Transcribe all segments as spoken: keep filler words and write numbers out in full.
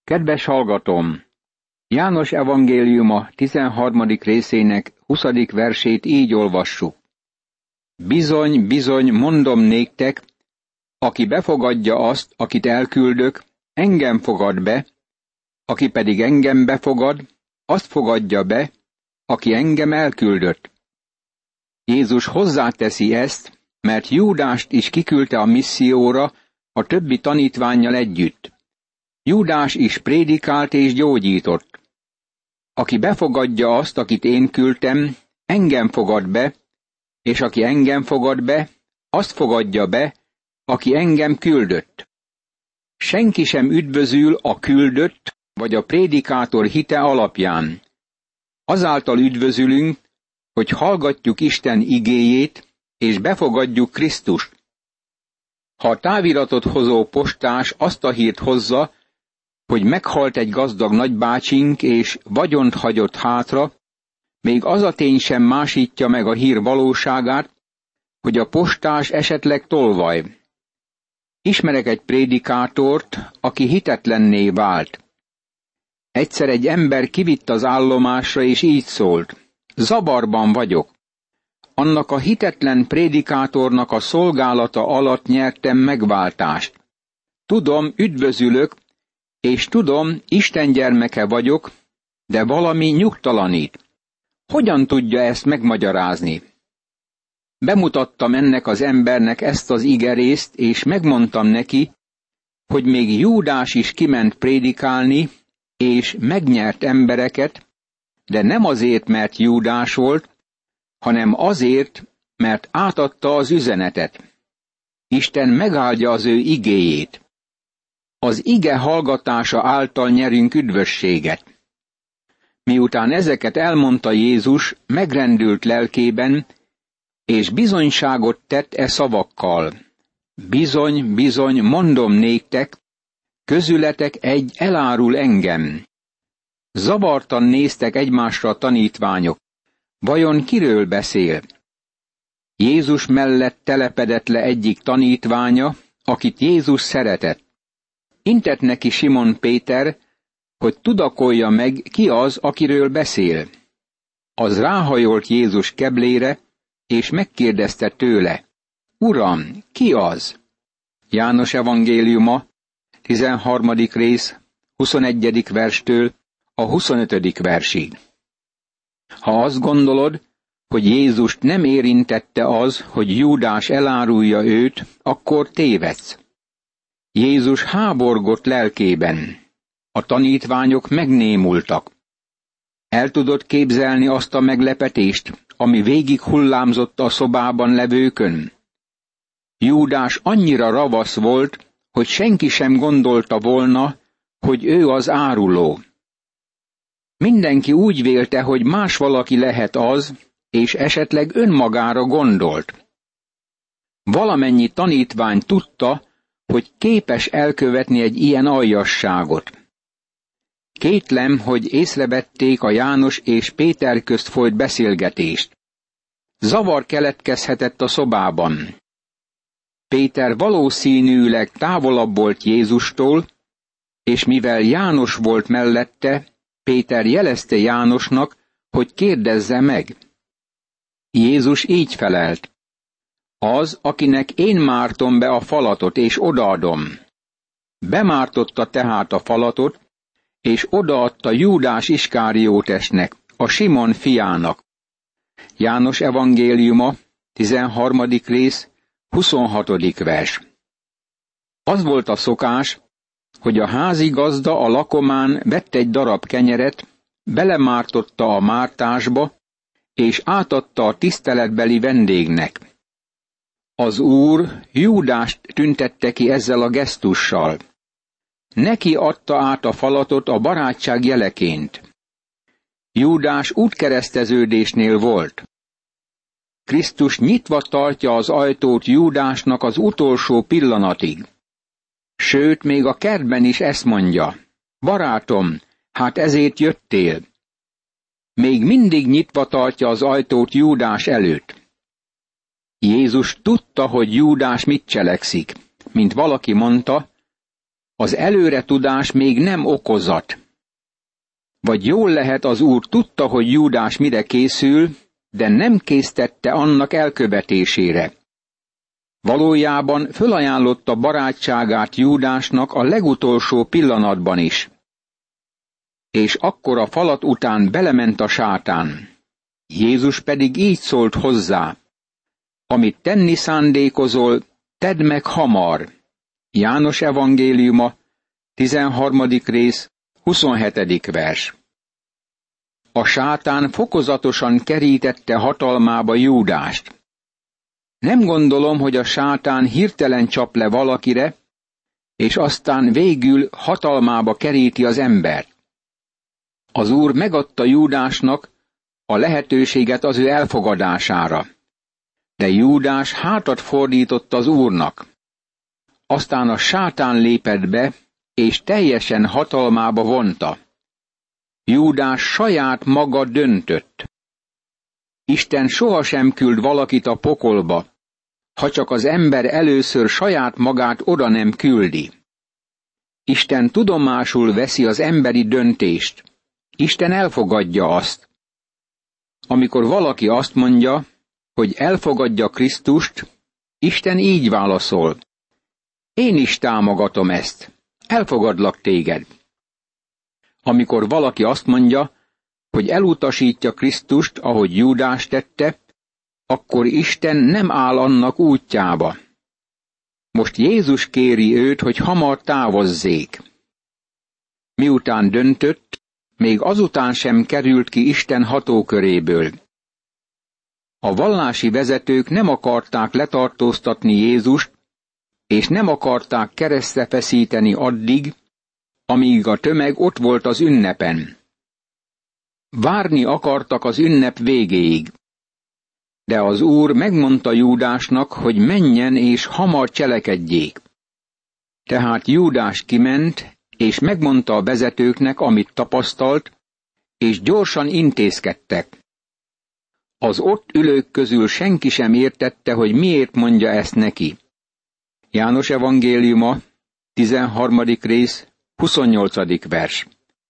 Kedves hallgatom! János evangéliuma tizenharmadik részének huszadik versét így olvassuk. Bizony, bizony, mondom néktek, aki befogadja azt, akit elküldök, engem fogad be, aki pedig engem befogad, azt fogadja be, aki engem elküldött. Jézus hozzáteszi ezt, mert Júdást is kiküldte a misszióra a többi tanítvánnyal együtt. Júdás is prédikált és gyógyított. Aki befogadja azt, akit én küldtem, engem fogad be, és aki engem fogad be, azt fogadja be, aki engem küldött. Senki sem üdvözül a küldött vagy a prédikátor hite alapján. Azáltal üdvözülünk, hogy hallgatjuk Isten igéjét, és befogadjuk Krisztust. Ha a táviratot hozó postás azt a hírt hozza, hogy meghalt egy gazdag nagybácsink, és vagyont hagyott hátra, még az a tény sem másítja meg a hír valóságát, hogy a postás esetleg tolvaj. Ismerek egy prédikátort, aki hitetlenné vált. Egyszer egy ember kivitt az állomásra, és így szólt: zavarban vagyok. Annak a hitetlen prédikátornak a szolgálata alatt nyertem megváltást. Tudom, üdvözülök, és tudom, Isten gyermeke vagyok, de valami nyugtalanít. Hogyan tudja ezt megmagyarázni? Bemutattam ennek az embernek ezt az igerészt, és megmondtam neki, hogy még Júdás is kiment prédikálni, és megnyert embereket, de nem azért, mert Júdás volt, hanem azért, mert átadta az üzenetet. Isten megáldja az ő igéjét. Az ige hallgatása által nyerünk üdvösséget. Miután ezeket elmondta Jézus, megrendült lelkében, és bizonyságot tett e szavakkal. Bizony, bizony, mondom néktek, közületek egy elárul engem. Zavartan néztek egymásra a tanítványok. Vajon kiről beszél? Jézus mellett telepedett le egyik tanítványa, akit Jézus szeretett. Intett neki Simon Péter, hogy tudakolja meg, ki az, akiről beszél. Az ráhajolt Jézus keblére, és megkérdezte tőle: Uram, ki az? János evangéliuma, tizenharmadik rész, huszonegyedik verstől a huszonötödik versig. Ha azt gondolod, hogy Jézust nem érintette az, hogy Júdás elárulja őt, akkor tévedsz. Jézus háborgott lelkében. A tanítványok megnémultak. El tudod képzelni azt a meglepetést, ami végig hullámzott a szobában levőkön? Júdás annyira ravasz volt, hogy senki sem gondolta volna, hogy ő az áruló. Mindenki úgy vélte, hogy más valaki lehet az, és esetleg önmagára gondolt. Valamennyi tanítvány tudta, hogy képes elkövetni egy ilyen aljasságot. Kétlem, hogy észrevették a János és Péter közt folyt beszélgetést. Zavar keletkezhetett a szobában. Péter valószínűleg távolabb volt Jézustól, és mivel János volt mellette, Péter jelezte Jánosnak, hogy kérdezze meg. Jézus így felelt: az, akinek én mártom be a falatot, és odaadom. Bemártotta tehát a falatot, és odaadta Júdás Iskáriótesnek, a Simon fiának. János evangéliuma, tizenharmadik rész, huszonhatodik vers. Az volt a szokás, hogy a házigazda a lakomán vett egy darab kenyeret, belemártotta a mártásba, és átadta a tiszteletbeli vendégnek. Az Úr Júdást tüntette ki ezzel a gesztussal. Neki adta át a falatot a barátság jeleként. Júdás útkereszteződésnél volt. Krisztus nyitva tartja az ajtót Júdásnak az utolsó pillanatig. Sőt, még a kertben is ezt mondja: barátom, hát ezért jöttél. Még mindig nyitva tartja az ajtót Júdás előtt. Jézus tudta, hogy Júdás mit cselekszik. Mint valaki mondta, Az előre tudás még nem okozat. Vagy jól lehet, az Úr tudta, hogy Júdás mire készül, de nem késztette annak elkövetésére. Valójában fölajánlotta barátságát Júdásnak a legutolsó pillanatban is. És akkor a falat után belement a sátán. Jézus pedig így szólt hozzá: amit tenni szándékozol, tedd meg hamar. János evangéliuma, tizenharmadik rész, huszonhetedik vers. A sátán fokozatosan kerítette hatalmába Júdást. Nem gondolom, hogy a sátán hirtelen csap le valakire, és aztán végül hatalmába keríti az embert. Az Úr megadta Júdásnak a lehetőséget az ő elfogadására, de Júdás hátat fordított az Úrnak. Aztán a sátán lépett be, és teljesen hatalmába vonta. Júdás saját maga döntött. Isten sohasem küld valakit a pokolba, ha csak az ember először saját magát oda nem küldi. Isten tudomásul veszi az emberi döntést. Isten elfogadja azt. Amikor valaki azt mondja, hogy elfogadja Krisztust, Isten így válaszol: én is támogatom ezt, elfogadlak téged. Amikor valaki azt mondja, hogy elutasítja Krisztust, ahogy Júdás tette, akkor Isten nem áll annak útjába. Most Jézus kéri őt, hogy hamar távozzék. Miután döntött, még azután sem került ki Isten hatóköréből. A vallási vezetők nem akarták letartóztatni Jézust, és nem akarták keresztre feszíteni addig, amíg a tömeg ott volt az ünnepen. Várni akartak az ünnep végéig. De az Úr megmondta Júdásnak, hogy menjen és hamar cselekedjék. Tehát Júdás kiment, és megmondta a vezetőknek, amit tapasztalt, és gyorsan intézkedtek. Az ott ülők közül senki sem értette, hogy miért mondja ezt neki. János evangéliuma, tizenharmadik rész, huszonnyolcadik vers.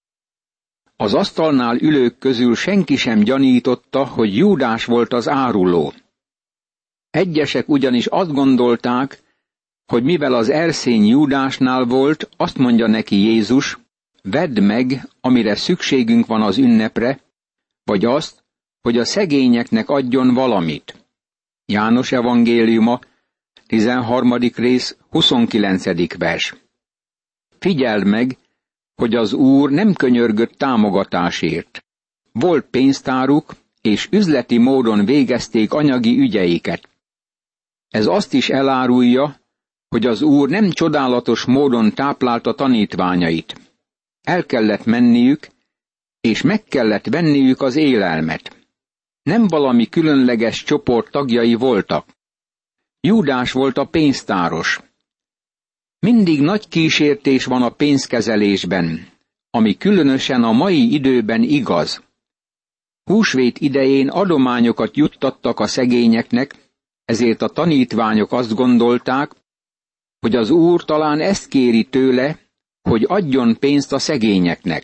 Az asztalnál ülők közül senki sem gyanította, hogy Júdás volt az áruló. Egyesek ugyanis azt gondolták, hogy mivel az erszény Júdásnál volt, azt mondja neki Jézus: vedd meg, amire szükségünk van az ünnepre, vagy azt, hogy a szegényeknek adjon valamit. János evangéliuma, tizenharmadik rész, huszonkilencedik vers. Figyeld meg, hogy az Úr nem könyörgött támogatásért. Volt pénztáruk, és üzleti módon végezték anyagi ügyeiket. Ez azt is elárulja, hogy az Úr nem csodálatos módon táplálta tanítványait. El kellett menniük, és meg kellett venniük az élelmet. Nem valami különleges csoport tagjai voltak. Júdás volt a pénztáros. Mindig nagy kísértés van a pénzkezelésben, ami különösen a mai időben igaz. Húsvét idején adományokat juttattak a szegényeknek, ezért a tanítványok azt gondolták, hogy az Úr talán ezt kéri tőle, hogy adjon pénzt a szegényeknek.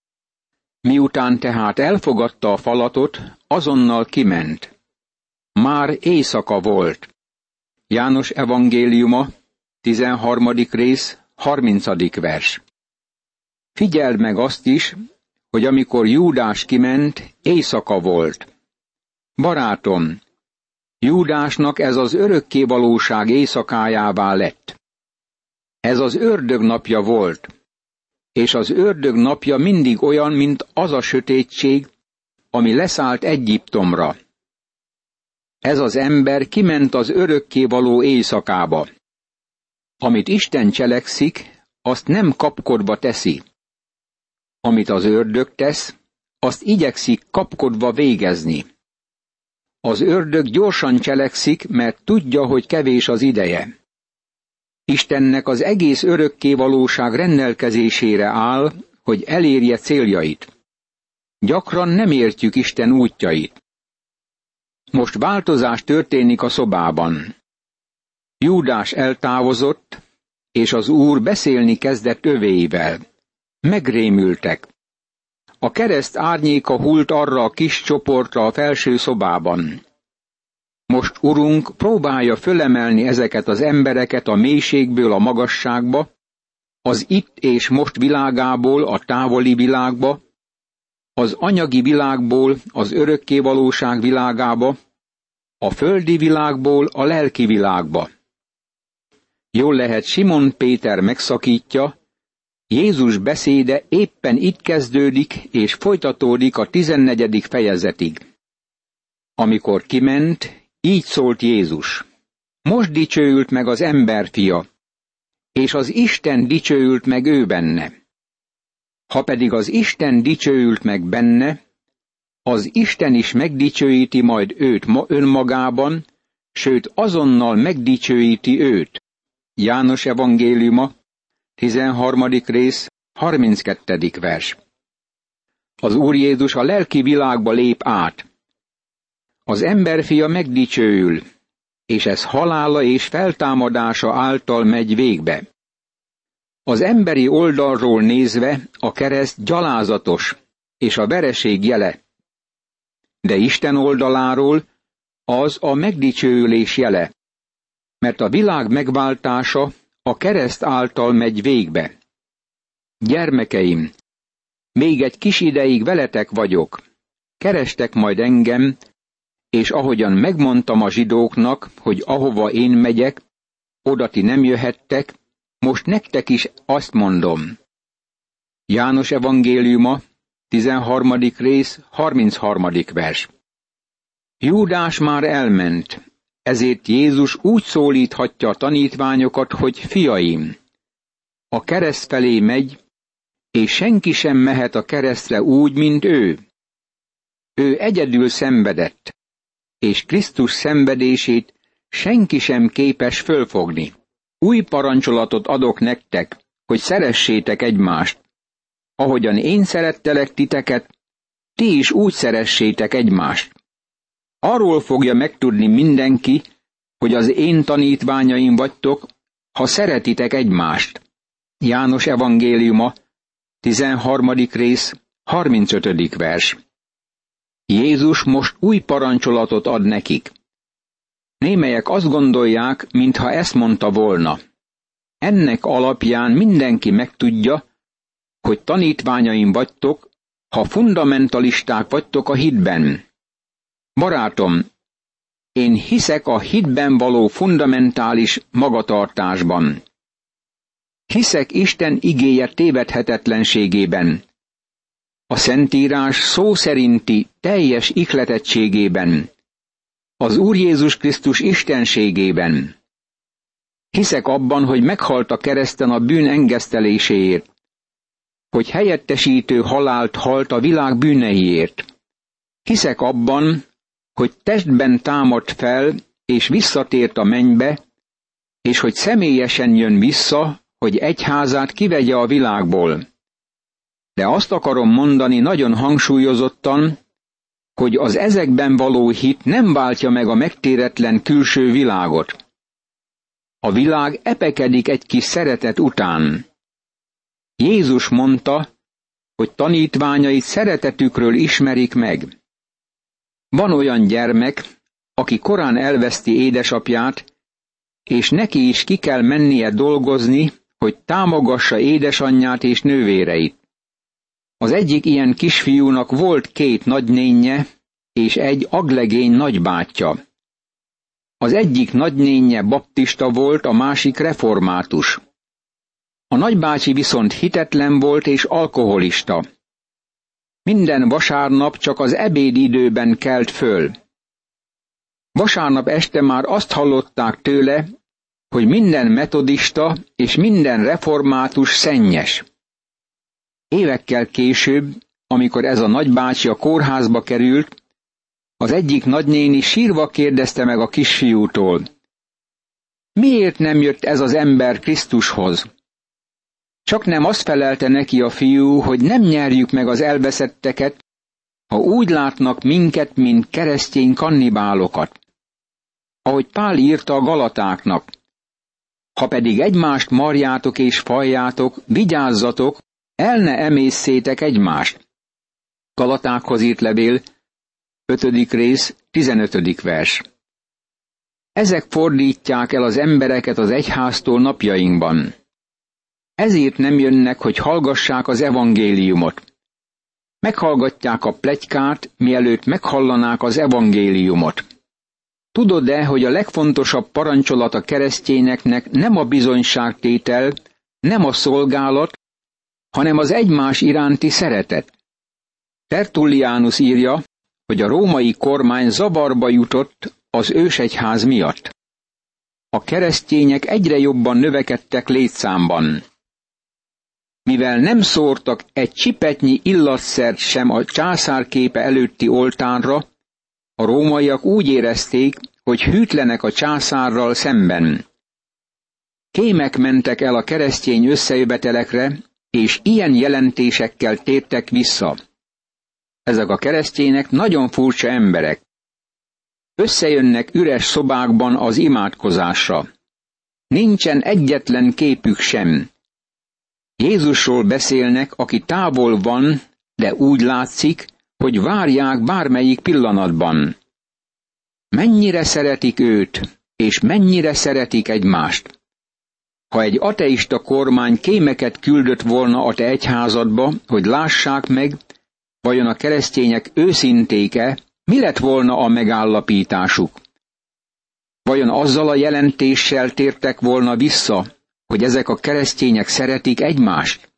Miután tehát elfogadta a falatot, azonnal kiment. Már éjszaka volt. János evangéliuma, tizenharmadik rész, harmincadik vers. Figyeld meg azt is, hogy amikor Júdás kiment, éjszaka volt. Barátom, Júdásnak ez az örökkévalóság éjszakájává lett. Ez az ördög napja volt, és az ördög napja mindig olyan, mint az a sötétség, ami leszállt Egyiptomra. Ez az ember kiment az örökkévaló éjszakába. Amit Isten cselekszik, azt nem kapkodva teszi. Amit az ördög tesz, azt igyekszik kapkodva végezni. Az ördög gyorsan cselekszik, mert tudja, hogy kevés az ideje. Istennek az egész örökkévalóság rendelkezésére áll, hogy elérje céljait. Gyakran nem értjük Isten útjait. Most változás történik a szobában. Júdás eltávozott, és az Úr beszélni kezdett övéivel. Megrémültek. A kereszt árnyéka hult arra a kis csoportra a felső szobában. Most Urunk próbálja fölemelni ezeket az embereket a mélységből a magasságba, az itt és most világából a távoli világba, az anyagi világból az örökké valóság világába, a földi világból a lelki világba. Jól lehet, Simon Péter megszakítja, Jézus beszéde éppen itt kezdődik és folytatódik a tizennegyedik fejezetig. Amikor kiment, így szólt Jézus: most dicsőült meg az emberfia, és az Isten dicsőült meg ő benne. Ha pedig az Isten dicsőült meg benne, az Isten is megdicsőíti majd őt önmagában, sőt azonnal megdicsőíti őt. János evangéliuma, tizenharmadik rész, harminckettedik vers. Az Úr Jézus a lelki világba lép át. Az emberfia megdicsőül, és ez halála és feltámadása által megy végbe. Az emberi oldalról nézve a kereszt gyalázatos, és a vereség jele. De Isten oldaláról az a megdicsőülés jele, mert a világ megváltása a kereszt által megy végbe. Gyermekeim, még egy kis ideig veletek vagyok, kerestek majd engem, és ahogyan megmondtam a zsidóknak, hogy ahova én megyek, oda ti nem jöhettek, most nektek is azt mondom. János evangéliuma, tizenharmadik rész, harmincharmadik vers. Júdás már elment, ezért Jézus úgy szólíthatja a tanítványokat, hogy fiaim, a kereszt felé megy, és senki sem mehet a keresztre úgy, mint ő. Ő egyedül szenvedett, és Krisztus szenvedését senki sem képes fölfogni. Új parancsolatot adok nektek, hogy szeressétek egymást. Ahogyan én szerettelek titeket, ti is úgy szeressétek egymást. Arról fogja megtudni mindenki, hogy az én tanítványaim vagytok, ha szeretitek egymást. János evangéliuma, tizenharmadik rész, harmincötödik vers. Jézus most új parancsolatot ad nekik. Némelyek azt gondolják, mintha ezt mondta volna. Ennek alapján mindenki megtudja, hogy tanítványaim vagytok, ha fundamentalisták vagytok a hitben. Barátom, én hiszek a hitben való fundamentális magatartásban. Hiszek Isten igéje tévedhetetlenségében, a Szentírás szó szerinti teljes ihletettségében, az Úr Jézus Krisztus istenségében. Hiszek abban, hogy meghalt a kereszten a bűn engeszteléséért, hogy helyettesítő halált halt a világ bűneiért. Hiszek abban, hogy testben támadt fel, és visszatért a mennybe, és hogy személyesen jön vissza, hogy egyházát kivegye a világból. De azt akarom mondani nagyon hangsúlyozottan, hogy az ezekben való hit nem váltja meg a megtéretlen külső világot. A világ epekedik egy kis szeretet után. Jézus mondta, hogy tanítványait szeretetükről ismerik meg. Van olyan gyermek, aki korán elveszti édesapját, és neki is ki kell mennie dolgozni, hogy támogassa édesanyját és nővéreit. Az egyik ilyen kisfiúnak volt két nagynénje, és egy aglegény nagybátyja. Az egyik nagynénje baptista volt, a másik református. A nagybácsi viszont hitetlen volt és alkoholista. Minden vasárnap csak az ebédidőben kelt föl. Vasárnap este már azt hallották tőle, hogy minden metodista és minden református szennyes. Évekkel később, amikor ez a nagybácsi a kórházba került, az egyik nagynéni sírva kérdezte meg a kisfiútól: miért nem jött ez az ember Krisztushoz? Csak nem azt felelte neki a fiú, hogy nem nyerjük meg az elveszetteket, ha úgy látnak minket, mint keresztény kannibálokat. Ahogy Pál írta a Galatáknak: Ha pedig egymást marjátok és fajjátok, vigyázzatok, el ne emészszétek egymást. Galatákhoz írt levél, ötödik rész, tizenötödik vers. Ezek fordítják el az embereket az egyháztól napjainkban. Ezért nem jönnek, hogy hallgassák az evangéliumot. Meghallgatják a pletykát, mielőtt meghallanák az evangéliumot. Tudod-e, hogy a legfontosabb parancsolat a keresztényeknek nem a bizonyságtétel, nem a szolgálat, hanem az egymás iránti szeretet? Tertullianus írja, hogy a római kormány zavarba jutott az ősegyház miatt. A keresztények egyre jobban növekedtek létszámban. Mivel nem szórtak egy csipetnyi illatszert sem a császár képe előtti oltárra, a rómaiak úgy érezték, hogy hűtlenek a császárral szemben. Kémek mentek el a keresztény összejövetelekre, és ilyen jelentésekkel tértek vissza. Ezek a keresztények nagyon furcsa emberek. Összejönnek üres szobákban az imádkozásra. Nincsen egyetlen képük sem. Jézusról beszélnek, aki távol van, de úgy látszik, hogy várják bármelyik pillanatban. Mennyire szeretik őt, és mennyire szeretik egymást. Ha egy ateista kormány kémeket küldött volna a te egyházadba, hogy lássák meg, vajon a keresztények őszinték-e, mi lett volna a megállapításuk? Vajon azzal a jelentéssel tértek volna vissza, hogy ezek a keresztények szeretik egymást?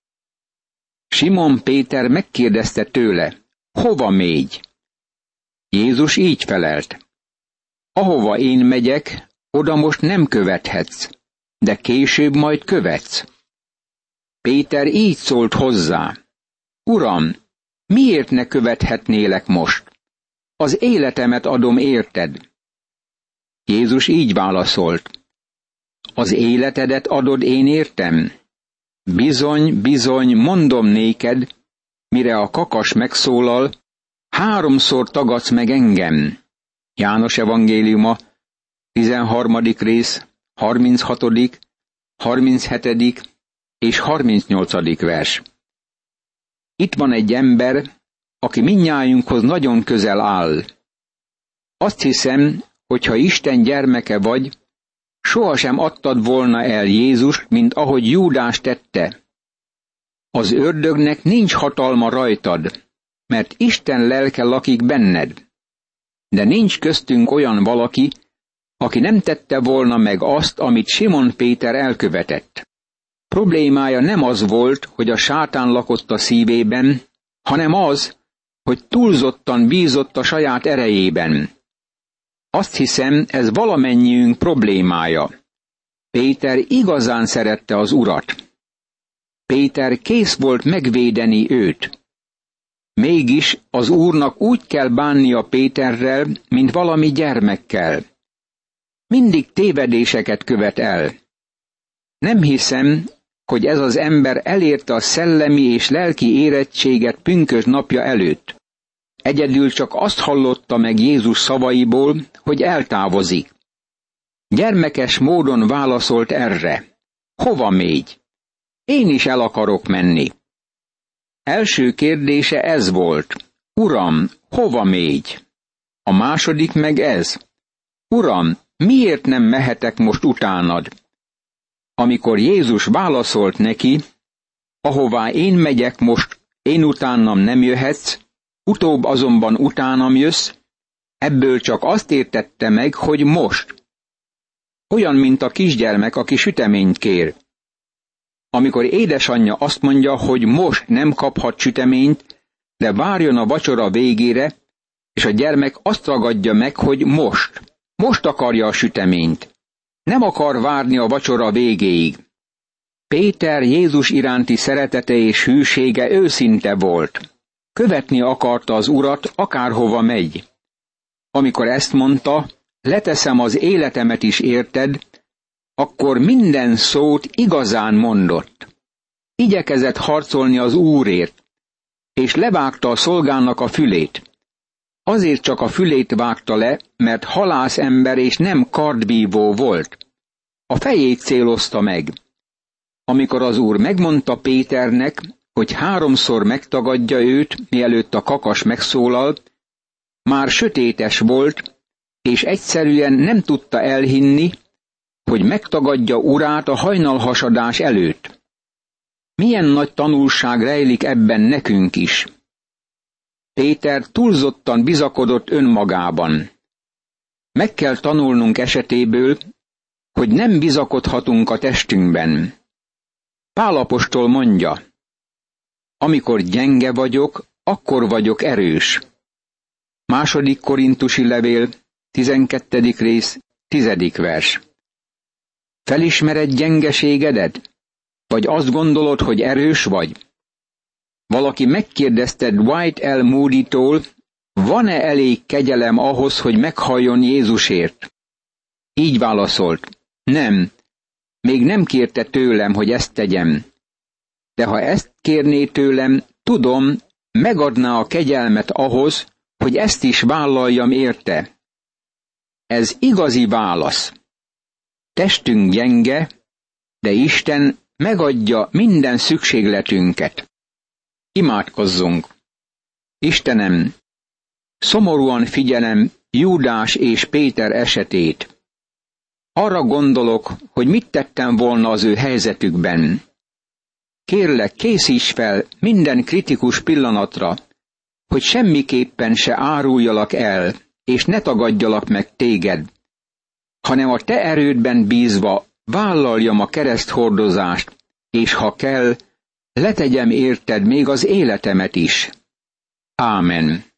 Simon Péter megkérdezte tőle, hova mégy? Jézus így felelt, ahova én megyek, oda most nem követhetsz, de később majd követsz. Péter így szólt hozzá, Uram, miért ne követhetnélek most? Az életemet adom érted. Jézus így válaszolt, az életedet adod én értem? Bizony, bizony, mondom néked, mire a kakas megszólal, háromszor tagadsz meg engem. János evangéliuma, tizenharmadik rész, harminchatodik, harminchetedik és harmincnyolcadik vers. Itt van egy ember, aki mindnyájunkhoz nagyon közel áll. Azt hiszem, hogy ha Isten gyermeke vagy, sohasem adtad volna el Jézust, mint ahogy Júdás tette. Az ördögnek nincs hatalma rajtad, mert Isten lelke lakik benned. De nincs köztünk olyan valaki, aki nem tette volna meg azt, amit Simon Péter elkövetett. Problémája nem az volt, hogy a sátán lakott a szívében, hanem az, hogy túlzottan bízott a saját erejében. Azt hiszem, ez valamennyiünk problémája. Péter igazán szerette az Urat. Péter kész volt megvédeni őt. Mégis az Úrnak úgy kell bánnia Péterrel, mint valami gyermekkel. Mindig tévedéseket követ el. Nem hiszem, hogy ez az ember elérte a szellemi és lelki érettséget pünkösd napja előtt. Egyedül csak azt hallotta meg Jézus szavaiból, hogy eltávozik. Gyermekes módon válaszolt erre. Hova mégy? Én is el akarok menni. Első kérdése ez volt. Uram, hova mégy? A második meg ez. Uram, miért nem mehetek most utánad? Amikor Jézus válaszolt neki, ahová én megyek most, én utánam nem jöhetsz, utóbb azonban utánam jössz, ebből csak azt értette meg, hogy most. Olyan, mint a kisgyermek, aki süteményt kér. Amikor édesanyja azt mondja, hogy most nem kaphat süteményt, de várjon a vacsora végére, és a gyermek azt ragadja meg, hogy most, most akarja a süteményt. Nem akar várni a vacsora végéig. Péter Jézus iránti szeretete és hűsége őszinte volt. Követni akarta az Urat, akárhova megy. Amikor ezt mondta, leteszem az életemet is érted, akkor minden szót igazán mondott. Igyekezett harcolni az Úrért, és levágta a szolgának a fülét. Azért csak a fülét vágta le, mert halász ember és nem kardbívó volt. a fejét célozta meg. Amikor az Úr megmondta Péternek, hogy háromszor megtagadja őt, mielőtt a kakas megszólal, már sötétes volt, és egyszerűen nem tudta elhinni, hogy megtagadja Urát a hajnalhasadás előtt. Milyen nagy tanulság rejlik ebben nekünk is. Péter túlzottan bizakodott önmagában. Meg kell tanulnunk esetéből, hogy nem bizakodhatunk a testünkben. Pál apostol mondja, amikor gyenge vagyok, akkor vagyok erős. Második Korintusi levél, tizenkettedik rész, tizedik vers. Felismered gyengeségedet? Vagy azt gondolod, hogy erős vagy? Valaki megkérdezte Dwight L. Moody-tól, van-e elég kegyelem ahhoz, hogy meghalljon Jézusért? Így válaszolt, nem, még nem kérte tőlem, hogy ezt tegyem. De ha ezt kérné tőlem, tudom, megadná a kegyelmet ahhoz, hogy ezt is vállaljam érte. Ez igazi válasz. Testünk gyenge, de Isten megadja minden szükségletünket. Imádkozzunk! Istenem, szomorúan figyelem Júdás és Péter esetét. Arra gondolok, hogy mit tettem volna az ő helyzetükben. Kérlek, készíts fel minden kritikus pillanatra, hogy semmiképpen se áruljalak el, és ne tagadjalak meg téged, hanem a te erődben bízva vállaljam a kereszthordozást, és ha kell, letegyem érted még az életemet is. Ámen.